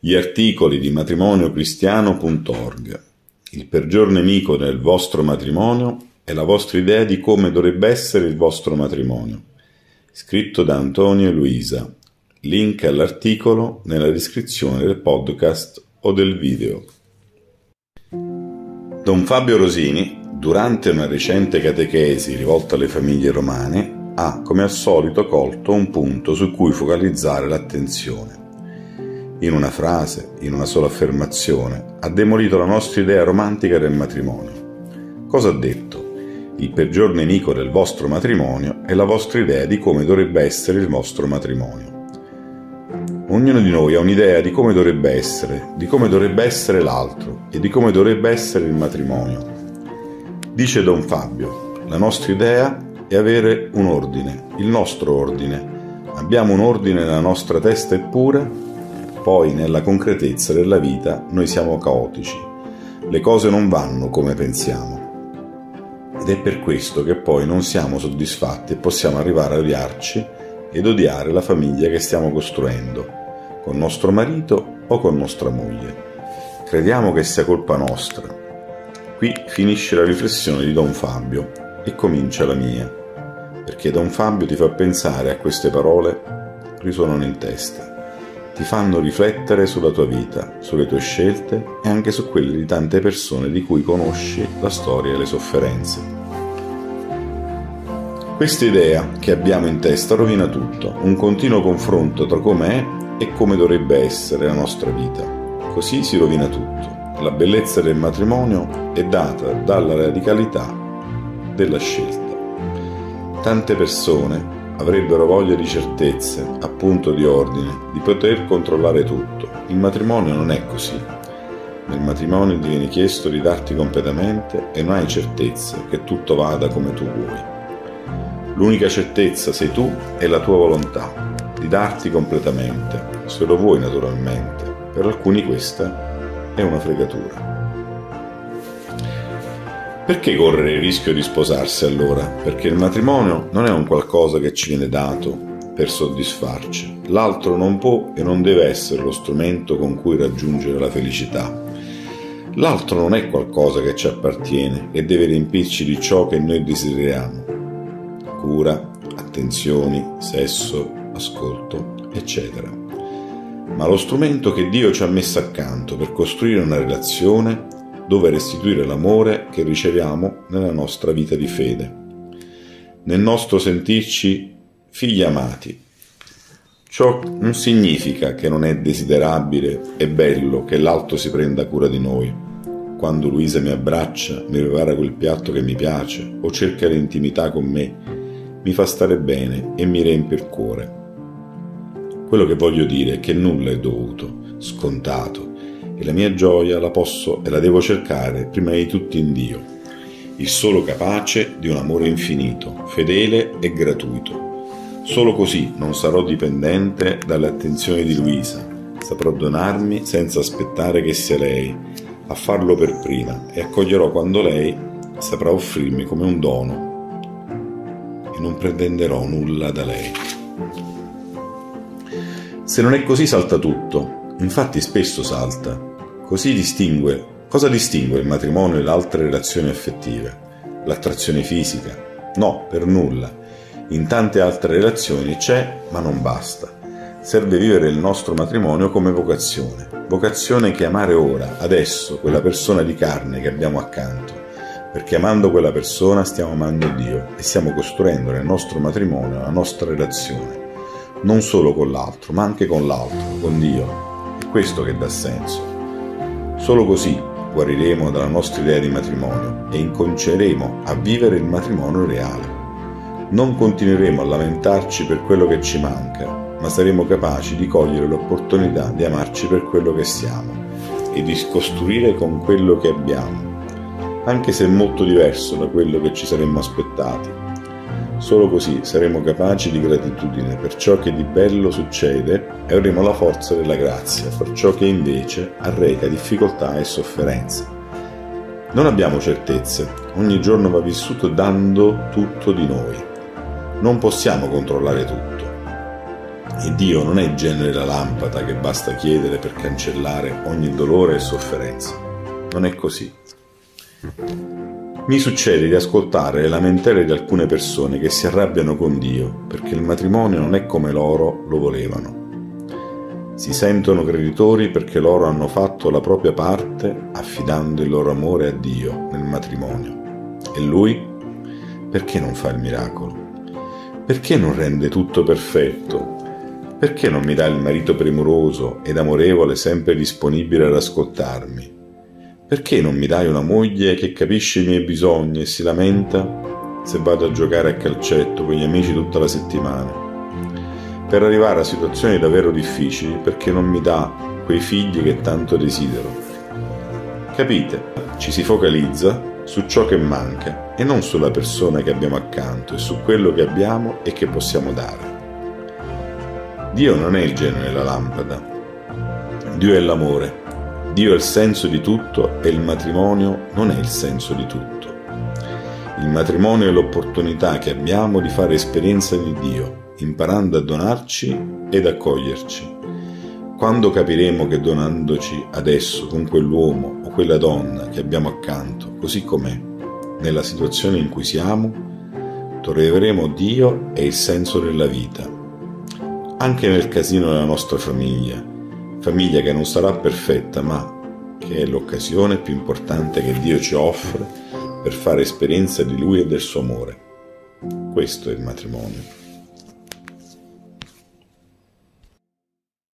Gli articoli di matrimoniocristiano.org. Il peggior nemico del vostro matrimonio è la vostra idea di come dovrebbe essere il vostro matrimonio. Scritto da Antonio e Luisa. Link all'articolo nella descrizione del podcast o del video. Don Fabio Rosini, durante una recente catechesi rivolta alle famiglie romane, ha come al solito colto un punto su cui focalizzare l'attenzione. In una frase, in una sola affermazione, ha demolito la nostra idea romantica del matrimonio. Cosa ha detto? Il peggior nemico del vostro matrimonio è la vostra idea di come dovrebbe essere il vostro matrimonio. Ognuno di noi ha un'idea di come dovrebbe essere l'altro e di come dovrebbe essere il matrimonio. Dice Don Fabio, la nostra idea è avere un ordine, il nostro ordine. Abbiamo un ordine nella nostra testa eppure poi nella concretezza della vita noi siamo caotici, le cose non vanno come pensiamo ed è per questo che poi non siamo soddisfatti e possiamo arrivare a odiarci ed odiare la famiglia che stiamo costruendo, con nostro marito o con nostra moglie. Crediamo che sia colpa nostra. Qui finisce la riflessione di Don Fabio e comincia la mia, perché Don Fabio ti fa pensare a queste parole, risuonano in testa. Ti fanno riflettere sulla tua vita, sulle tue scelte e anche su quelle di tante persone di cui conosci la storia e le sofferenze. Questa idea che abbiamo in testa rovina tutto, un continuo confronto tra com'è e come dovrebbe essere la nostra vita. Così si rovina tutto. La bellezza del matrimonio è data dalla radicalità della scelta. Tante persone avrebbero voglia di certezze, appunto di ordine, di poter controllare tutto. Il matrimonio non è così. Nel matrimonio ti viene chiesto di darti completamente e non hai certezze che tutto vada come tu vuoi. L'unica certezza sei tu e la tua volontà di darti completamente, se lo vuoi naturalmente. Per alcuni questa è una fregatura. Perché correre il rischio di sposarsi allora? Perché il matrimonio non è un qualcosa che ci viene dato per soddisfarci. L'altro non può e non deve essere lo strumento con cui raggiungere la felicità. L'altro non è qualcosa che ci appartiene e deve riempirci di ciò che noi desideriamo. Cura, attenzioni, sesso, ascolto, eccetera. Ma lo strumento che Dio ci ha messo accanto per costruire una relazione dove restituire l'amore che riceviamo nella nostra vita di fede, nel nostro sentirci figli amati. Ciò non significa che non è desiderabile e bello che l'altro si prenda cura di noi. Quando Luisa mi abbraccia, mi prepara quel piatto che mi piace o cerca l'intimità con me, mi fa stare bene e mi riempie il cuore. Quello che voglio dire è che nulla è dovuto, scontato, e la mia gioia la posso e la devo cercare prima di tutto in Dio, il solo capace di un amore infinito, fedele e gratuito. Solo così non sarò dipendente dalle attenzioni di Luisa, saprò donarmi senza aspettare che sia lei a farlo per prima e accoglierò quando lei saprà offrirmi come un dono e non pretenderò nulla da lei. Se non è così salta tutto, infatti spesso salta. Cosa distingue il matrimonio e le altre relazioni affettive? L'attrazione fisica? No, per nulla. In tante altre relazioni c'è, ma non basta. Serve vivere il nostro matrimonio come vocazione. Vocazione che amare ora, adesso, quella persona di carne che abbiamo accanto. Perché amando quella persona stiamo amando Dio e stiamo costruendo nel nostro matrimonio la nostra relazione. Non solo con l'altro, ma anche con l'altro, con Dio. È questo che dà senso. Solo così guariremo dalla nostra idea di matrimonio e incominceremo a vivere il matrimonio reale. Non continueremo a lamentarci per quello che ci manca, ma saremo capaci di cogliere l'opportunità di amarci per quello che siamo e di costruire con quello che abbiamo, anche se è molto diverso da quello che ci saremmo aspettati. Solo così saremo capaci di gratitudine per ciò che di bello succede e avremo la forza della grazia per ciò che invece arreca difficoltà e sofferenze. Non abbiamo certezze, ogni giorno va vissuto dando tutto di noi. Non possiamo controllare tutto. E Dio non è il genere della lampada che basta chiedere per cancellare ogni dolore e sofferenza. Non è così. Mi succede di ascoltare le lamentele di alcune persone che si arrabbiano con Dio perché il matrimonio non è come loro lo volevano. Si sentono creditori perché loro hanno fatto la propria parte affidando il loro amore a Dio nel matrimonio. E Lui? Perché non fa il miracolo? Perché non rende tutto perfetto? Perché non mi dà il marito premuroso ed amorevole sempre disponibile ad ascoltarmi? Perché non mi dai una moglie che capisce i miei bisogni e si lamenta se vado a giocare a calcetto con gli amici tutta la settimana? Per arrivare a situazioni davvero difficili, perché non mi dà quei figli che tanto desidero? Capite? Ci si focalizza su ciò che manca e non sulla persona che abbiamo accanto e su quello che abbiamo e che possiamo dare. Dio non è il genio della lampada. Dio è l'amore. Dio è il senso di tutto e il matrimonio non è il senso di tutto. Il matrimonio è l'opportunità che abbiamo di fare esperienza di Dio, imparando a donarci ed accoglierci. Quando capiremo che donandoci adesso con quell'uomo o quella donna che abbiamo accanto, così com'è, nella situazione in cui siamo, troveremo Dio e il senso della vita. Anche nel casino della nostra famiglia che non sarà perfetta, ma che è l'occasione più importante che Dio ci offre per fare esperienza di Lui e del suo amore. Questo è il matrimonio.